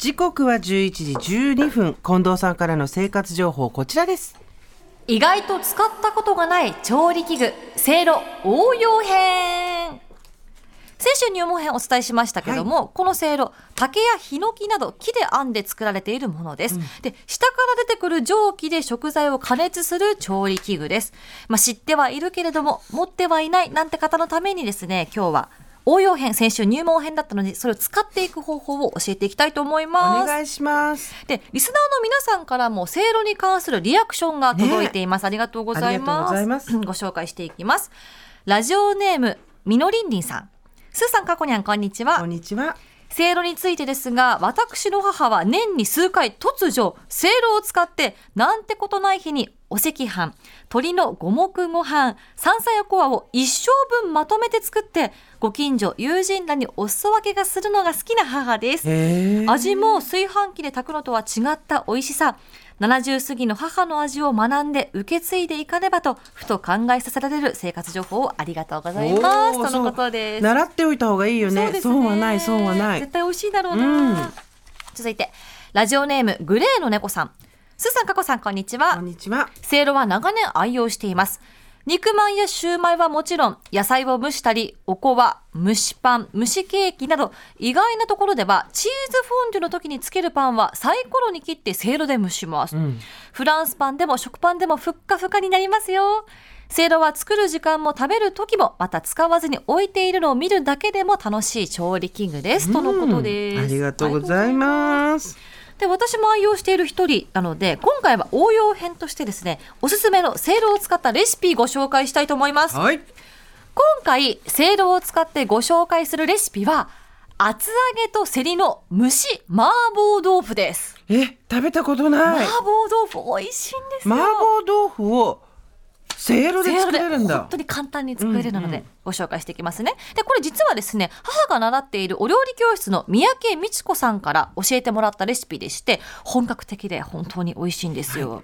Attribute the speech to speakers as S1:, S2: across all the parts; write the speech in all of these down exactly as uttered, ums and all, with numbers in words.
S1: 時刻はじゅういちじじゅうにふん。近藤さんからの生活情報、こちらです。
S2: 意外と使ったことがない調理器具、せいろ応用編。先週入門編お伝えしましたけども、はい、このせいろ、竹やヒノキなど木で編んで作られているものです、うん、で下から出てくる蒸気で食材を加熱する調理器具です、まあ、知ってはいるけれども持ってはいないなんて方のためにですね、今日は応用編、先週入門編だったのでそれを使っていく方法を教えていきたいと思います。
S1: お願いします。
S2: でリスナーの皆さんからもせいろに関するリアクションが届いています、ね、ありがとうございます。ありがとうございます。ご紹介していきます。ラジオネームみのりんりんさん、スーさん、かこにゃん、こんにちは。
S1: こんにちは。
S2: せいろについてですが、私の母は年に数回突如せいろを使ってなんてことない日にお赤飯、鶏の五目ご飯、山菜やコアを一生分まとめて作ってご近所友人らにお裾分けがするのが好きな母です。味も炊飯器で炊くのとは違った美味しさ、ななじゅう過ぎの母の味を学んで受け継いでいかねばとふと考えさせられる生活情報をありがとうございますとのことです。
S1: 習っておいた方がいいよ ね, そうですね。損はない損はない。
S2: 絶対美味しいだろうな、うん、続いてラジオネームグレーの猫さん、スーさん、かこさん、こんにちは。
S1: こんにちは。
S2: せいろは長年愛用しています。肉まんやシューマイはもちろん、野菜を蒸したりおこわ、蒸しパン、蒸しケーキなど意外なところではチーズフォンデュの時につけるパンはサイコロに切ってせいろで蒸します、うん、フランスパンでも食パンでもふっかふかになりますよ。せいろは作る時間も食べる時もまた使わずに置いているのを見るだけでも楽しい調理器具です、うん、とのことです。
S1: ありがとうございます。
S2: で私も愛用している一人なので、今回は応用編としてですね、おすすめのせいろを使ったレシピご紹介したいと思います、
S1: はい、
S2: 今回せいろを使ってご紹介するレシピは厚揚げとせりの蒸し麻婆豆腐です。
S1: え、食べたことない。
S2: 麻婆豆腐美味しいんですよ。
S1: 麻婆豆腐をせいろで作れるんだ。
S2: 本当に簡単に作れるのでご紹介していきますね、うんうん、でこれ実はですね、母が習っているお料理教室の三宅美智子さんから教えてもらったレシピでして、本格的で本当に美味しいんですよ、はい、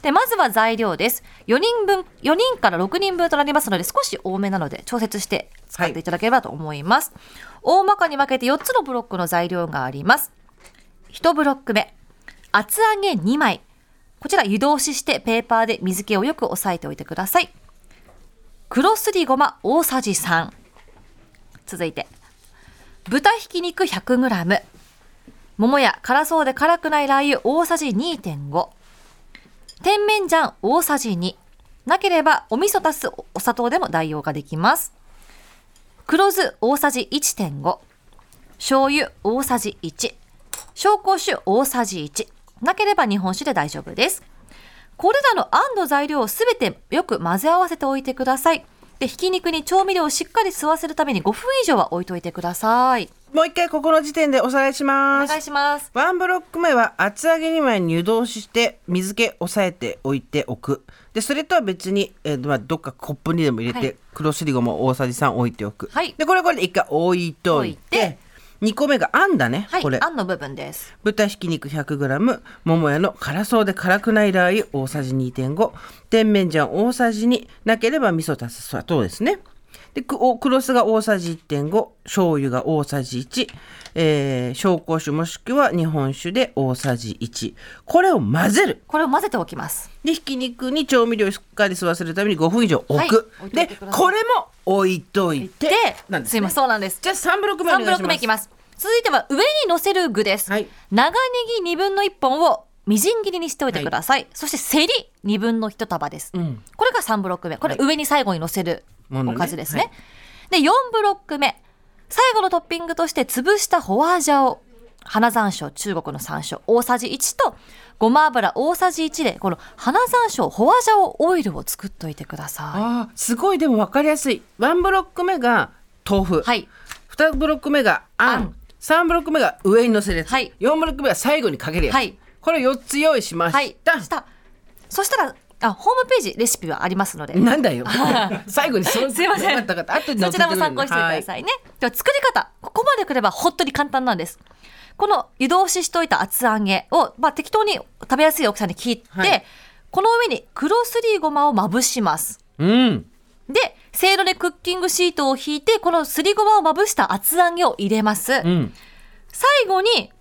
S2: でまずは材料です。よにんぶん、よにんからろくにんぶんとなりますので少し多めなので調節して使っていただければと思います、はい、大まかに分けてよっつのブロックの材料があります。いちブロック目、厚揚げにまい、こちら湯通ししてペーパーで水気をよく押さえておいてください。黒すりごま大さじさん、続いて豚ひき肉 ひゃくグラム、 桃や辛そうで辛くないラー油大さじ にてんご、 甜麺醤大さじに、なければお味噌足すお砂糖でも代用ができます。黒酢大さじ いってんご、 醤油大さじいち、紹興酒大さじいち、なければ日本酒で大丈夫です。これらのあんの材料をすべてよく混ぜ合わせておいてください。でひき肉に調味料をしっかり吸わせるためにごふん以上は置いといてください。
S1: もう一回ここの時点でおさらいします。
S2: お願いします。
S1: ワンブロック目は厚揚げにまいに湯通しして水気押さえておいておく。でそれとは別に、えーまあ、どっかコップにでも入れて、はい、黒すりごま大さじさん置いておく、はい、でこれこれで一回置いといて、置いてにこめがあんだね、
S2: はい、
S1: これ
S2: あんの部分です。
S1: 豚ひき肉 ひゃくグラム、 桃屋の辛そうで辛くないラー油大さじ にてんご、 甜麺醤大さじに、なければ味噌足す砂糖ですね。で黒酢が大さじ いってんご、 醤油が大さじいち、えー、紹興酒もしくは日本酒で大さじいち、これを混ぜる。
S2: これを混ぜておきます。
S1: でひき肉に調味料をしっかり吸わせるためにごふん以上置く、はい、でこれも置いといてなんです、ね、
S2: すいません、そうなんです。
S1: じゃあさんブロック目お願いします。さんブロック目いきます。
S2: 続いては上に乗せる具です、はい、長ネギにぶんのいっぽんをみじん切りにしておいてください、はい、そしてせりにぶんのいちたばです、うん、これがさんブロック目、これ上に最後に乗せるおかずですね、はい、でよんブロック目、最後のトッピングとして潰したホワジャオ、花山椒、中国の山椒大さじいちとごま油大さじいちでこの花山椒ホワジャオオイルを作っておいてください。
S1: あ、すごい、でも分かりやすい。ワンブロック目が豆腐、はい、にブロック目があん、あん、さんブロック目が上に乗せるやつ、はい、よんブロック目が最後にかけるやつ、はい、これよっつ用意しました、はい、
S2: したそしたらあホームページレシピはありますので。
S1: なんだよ最後にそ
S2: すいません、
S1: 後で
S2: そちらも参考にしてくださいね、はい、では作り方、ここまでくれば本当に簡単なんです。この湯通ししといた厚揚げを、まあ、適当に食べやすい大きさに切って、はい、この上に黒すりごまをまぶします、うん、でせいろでクッキングシートを引いてこのすりごまをまぶした厚揚げを入れます、うん、最後に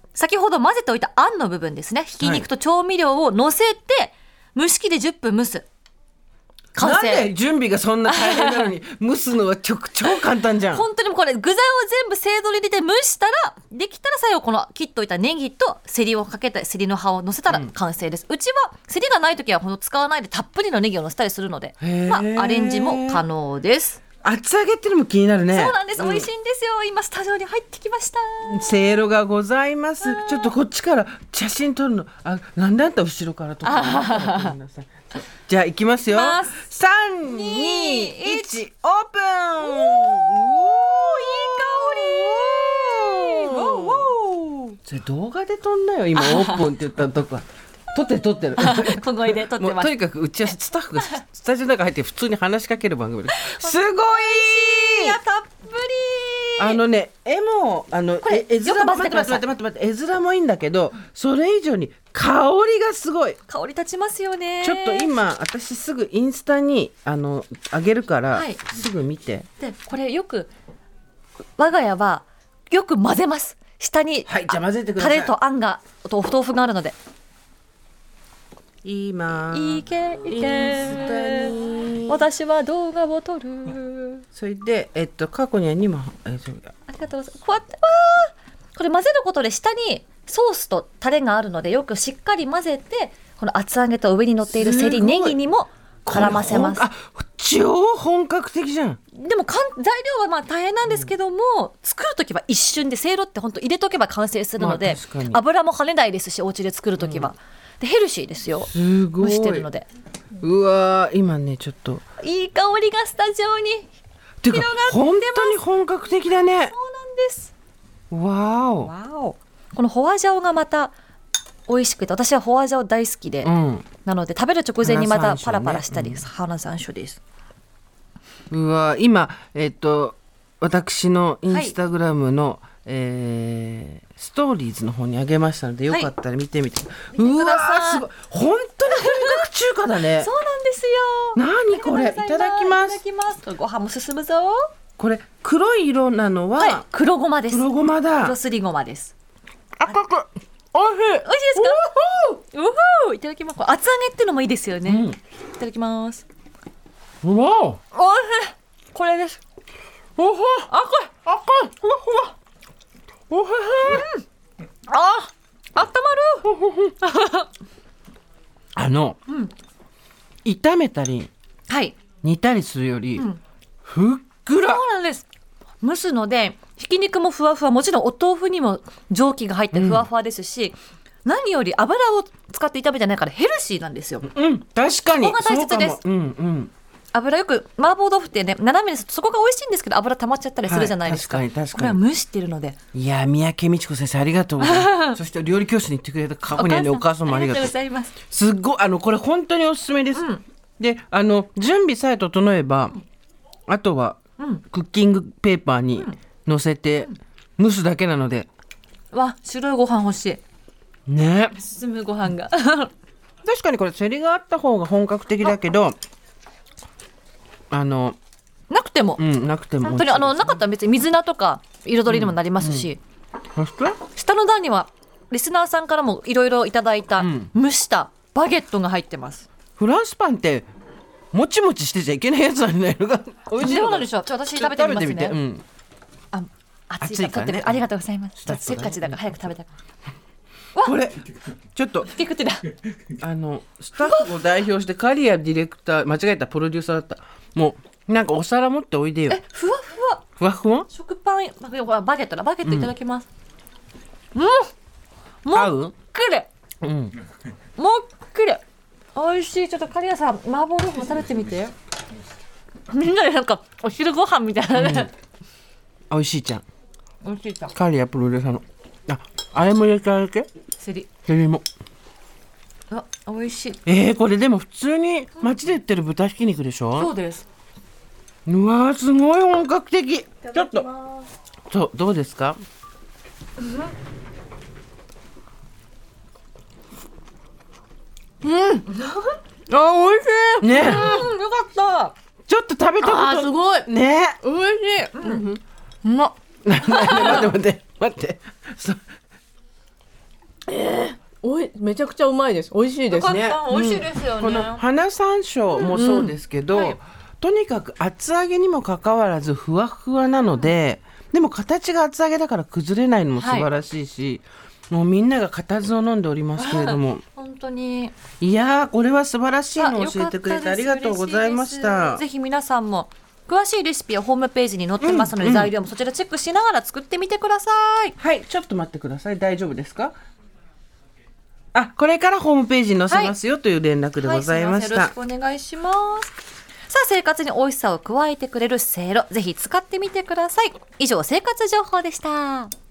S2: 先ほど混ぜておいたあんの部分ですね、ひき肉と調味料を乗せて蒸し器でじゅっぷん蒸す。完成。
S1: なんで準備がそんな大変なのに蒸すのはちょ超簡単じゃん。
S2: 本当にこれ具材を全部せいどり入れて蒸したら、できたら最後この切っといたネギとセリをかけたセリの葉を乗せたら完成です、うん、うちはセリがない時はこの使わないでたっぷりのネギを乗せたりするので、まあ、アレンジも可能です。
S1: 厚揚げってのも気になるね。
S2: そうなんです、うん、美味しいんですよ。今スタジオに入ってきました。
S1: せいろがございます。ちょっとこっちから写真撮るの、あ、なんであんた後ろから撮ってるの。ごめんなさい。じゃあ行きますよ。さん、に、いち、オープン。おー、いい香り。おーおー。それ動画で撮んなよ。今オープンって言ったとこは。撮ってる撮ってる。
S2: 小声で撮ってます。
S1: もうとにかくうちはスタッフがスタジオの中入って普通に話しかける番組です。すごい。
S2: いやたっぷり。
S1: あのね、絵もあのえ絵面も待って待って待って待って絵面もいいんだけど、それ以上に香りがすごい。
S2: 香り立ちますよね。
S1: ちょっと今私すぐインスタにあの上げるから、はい、すぐ見て。
S2: でこれよく我が家はよく混ぜます。下に、
S1: はい、じゃあ混ぜてください。
S2: タレとあんがとお豆腐があるので。
S1: 今
S2: いけいけ私は動画を撮る。
S1: それで、えっと、過去にはにも、えー、
S2: ありがとうございます。こうやってわーこれ混ぜることで下にソースとタレがあるのでよくしっかり混ぜて、この厚揚げと上に乗っているセリネギにも絡ませます。
S1: あ、超本格的じゃん。
S2: でもかん材料はまあ大変なんですけども、うん、作るときは一瞬で、せいろって本当入れとけば完成するので、まあ、油も跳ねないですし、お家で作るときは、うんでヘルシーですよ。
S1: すごい。
S2: 蒸してるので。
S1: うわー、今ねちょっと
S2: いい香りがスタジオに
S1: てか広がってます。本当に本格的だね。そう
S2: なんです。
S1: わーお。
S2: わーお。このホワジャオがまた美味しくて、私はホワジャオ大好きで、うん、なので食べる直前にまたパラパラしたり、花山椒です。
S1: うわー、今えっと私のインスタグラムの、はい、えー、ストーリーズの方にあげましたので、よかったら見てみて、はい、うわーすごい、本当に本格中華だね。
S2: そうなんですよ。
S1: 何これ、いただきます。
S2: いただきます。ご飯も進むぞ。
S1: これ黒い色なのは、はい、
S2: 黒ごまです。
S1: 黒ごまだ。
S2: 黒すりごまです。
S1: 赤くおいしい。
S2: 美味しいですか。うふう、いただきます。これ厚揚げってのもいいですよね、うん、いただきます。
S1: うわお、おいしい。
S2: これです。
S1: おほ、赤い赤いふわふわ。おはは、
S2: うん、ああったまる。
S1: あの、うん、炒めたり、
S2: はい、
S1: 煮たりするより、うん、ふっくら。
S2: そうなんです。蒸すのでひき肉もふわふわ、もちろんお豆腐にも蒸気が入ってふわふわですし、うん、何より油を使って炒めてないからヘルシーなんですよ。
S1: うん、確かに
S2: そこが大切です。
S1: うんうん、
S2: 油よく麻婆豆腐ってね、斜めにそこが美味しいんですけど油溜まっちゃったりするじゃないですか、はい、確かに確かに。これは蒸してるので。
S1: いや、三宅美智子先生ありがとうございます。そして料理教室に行ってくれた過去にあるお母さんもありがとう
S2: ございます。
S1: すっごい、あのこれ本当におすすめです、うん、で、あの準備さえ整えば、うん、あとは、うん、クッキングペーパーに乗せて蒸すだけなので、
S2: うん、わ、白いご飯欲しい
S1: ね。
S2: 進むご飯が
S1: 確かにこれセリがあった方が本格的だけど、あの
S2: なくても、
S1: うん、なくても
S2: 本当にあのなかったら別に水菜とか彩りにもなりますし、うんうん、下の段にはリスナーさんからもいろいろいただいた蒸したバゲットが入ってます。
S1: フランスパンってもちもちしてちゃいけないやつなんだよ。美味しいのか。
S2: どうなんでしょう。ちょ私食べてみますね。
S1: てみて、うん、
S2: あ、熱いからね。ありがとうございます。ちょっとせっかちだから早く食べたい。
S1: これちょっと
S2: 引き口だ。
S1: あのスタッフを代表してカリアディレクター、間違えた、プロデューサーだった。もうなんかお皿持っておいでよ。
S2: え、ふわふわ
S1: ふわふわ
S2: 食パン、バゲットだ。バゲットいただきます。うん、うん、もっくり、うん、もっくり美味しい。ちょっとカリアさん麻婆豆腐も食べてみて。みんなでなんかお昼ご飯みたいなね、
S1: うん、美味しいちゃん。
S2: 美味しいちゃん。
S1: カリアプロデューサーのあ、あれも入れただけ。
S2: セリ
S1: セリも
S2: あ、美味しい。
S1: えー、これでも普通に街で売ってる豚ひき肉でしょ。
S2: そうです。
S1: うわー、すごい本格的。ちょっとそう、どうですか。うん、うん、あ、美味しいね。うん、よか
S2: った。
S1: ちょっと食べたこと。
S2: あ、すごい
S1: ね、
S2: 美味しい。うん、うまっ。
S1: 待って待って待って。
S3: おいめちゃくちゃうまいです。美味しいですね。
S2: 美味しいですよね。
S1: この花山椒もそうですけど、
S2: うんはい
S1: とにかく厚揚げにもかかわらずふわふわなので、でも形が厚揚げだから崩れないのも素晴らしいし、もうみんなが固唾を飲んでおりますけれども、
S2: 本当に
S1: いやーこれは素晴らしいのを
S2: あ
S1: 教えてくれてあり
S2: よかったです
S1: がとうございまし
S2: 嬉しい
S1: た
S2: です。ぜひ皆さんも詳しいレシピはホームページに載ってますので、
S1: うんうん
S2: 材料もそちらチェックしながら作ってみてください。
S1: はいちょっと待ってください。大丈夫ですか？あ、これからホームページに載せますよ、という連絡でございました。
S2: はい、すいませんよろしくお願いします。さあ生活に美味しさを加えてくれるせいろ、ぜひ使ってみてください。以上生活情報でした。